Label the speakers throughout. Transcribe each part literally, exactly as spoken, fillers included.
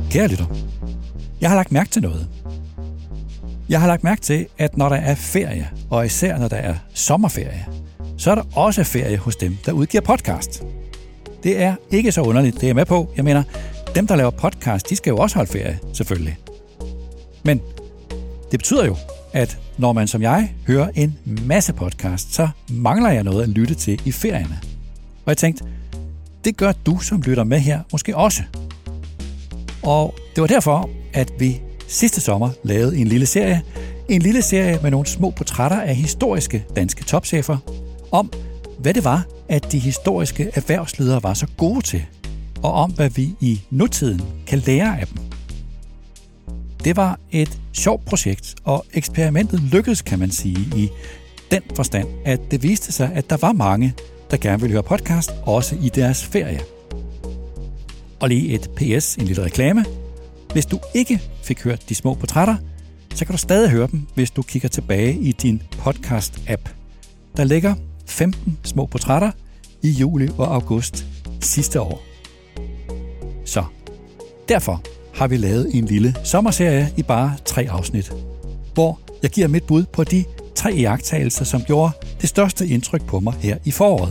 Speaker 1: Kære lytter, jeg har lagt mærke til noget. Jeg har lagt mærke til, at når der er ferie, og især når der er sommerferie, så er der også ferie hos dem, der udgiver podcast. Det er ikke så underligt, det er jeg med på. Jeg mener, dem, der laver podcast, de skal jo også holde ferie, selvfølgelig. Men det betyder jo, at når man som jeg hører en masse podcast, så mangler jeg noget at lytte til i ferierne. Og jeg tænkte, det gør du, som lytter med her, måske også. Og det var derfor, at vi sidste sommer lavede en lille serie, en lille serie med nogle små portrætter af historiske danske topchefer, om hvad det var, at de historiske erhvervsledere var så gode til, og om hvad vi i nutiden kan lære af dem. Det var et sjovt projekt, og eksperimentet lykkedes, kan man sige, i den forstand, at det viste sig, at der var mange, der gerne ville høre podcast, også i deres ferie. Og lige et P S, en lille reklame. Hvis du ikke fik hørt de små portrætter, så kan du stadig høre dem, hvis du kigger tilbage i din podcast-app. Der ligger femten små portrætter i juli og august sidste år. Så derfor har vi lavet en lille sommerserie i bare tre afsnit, hvor jeg giver mit bud på de tre iagttagelser, som gjorde det største indtryk på mig her i foråret.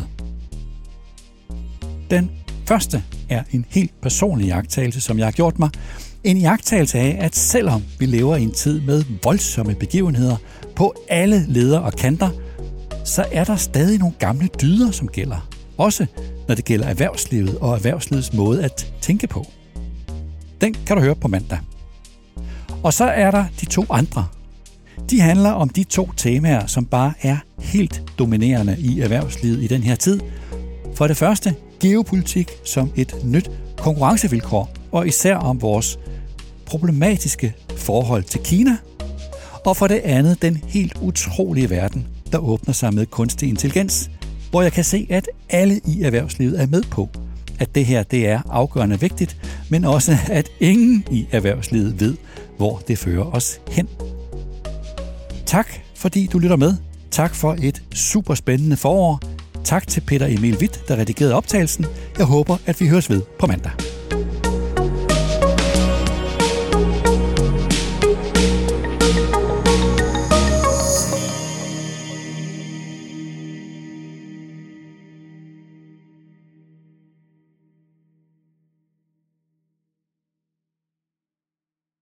Speaker 1: Den første er en helt personlig iagttagelse, som jeg har gjort mig. En iagttagelse af, at selvom vi lever i en tid med voldsomme begivenheder på alle leder og kanter, så er der stadig nogle gamle dyder, som gælder. Også når det gælder erhvervslivet og erhvervslivets måde at tænke på. Den kan du høre på mandag. Og så er der de to andre. De handler om de to temaer, som bare er helt dominerende i erhvervslivet i den her tid. For det første, geopolitik som et nyt konkurrencevilkår, og især om vores problematiske forhold til Kina. Og for det andet, den helt utrolige verden, der åbner sig med kunstig intelligens, hvor jeg kan se, at alle i erhvervslivet er med på, at det her det er afgørende vigtigt, men også at ingen i erhvervslivet ved, hvor det fører os hen. Tak fordi du lytter med. Tak for et super spændende forår. Tak til Peter Emil Witt, der redigerede optagelsen. Jeg håber, at vi høres ved på mandag.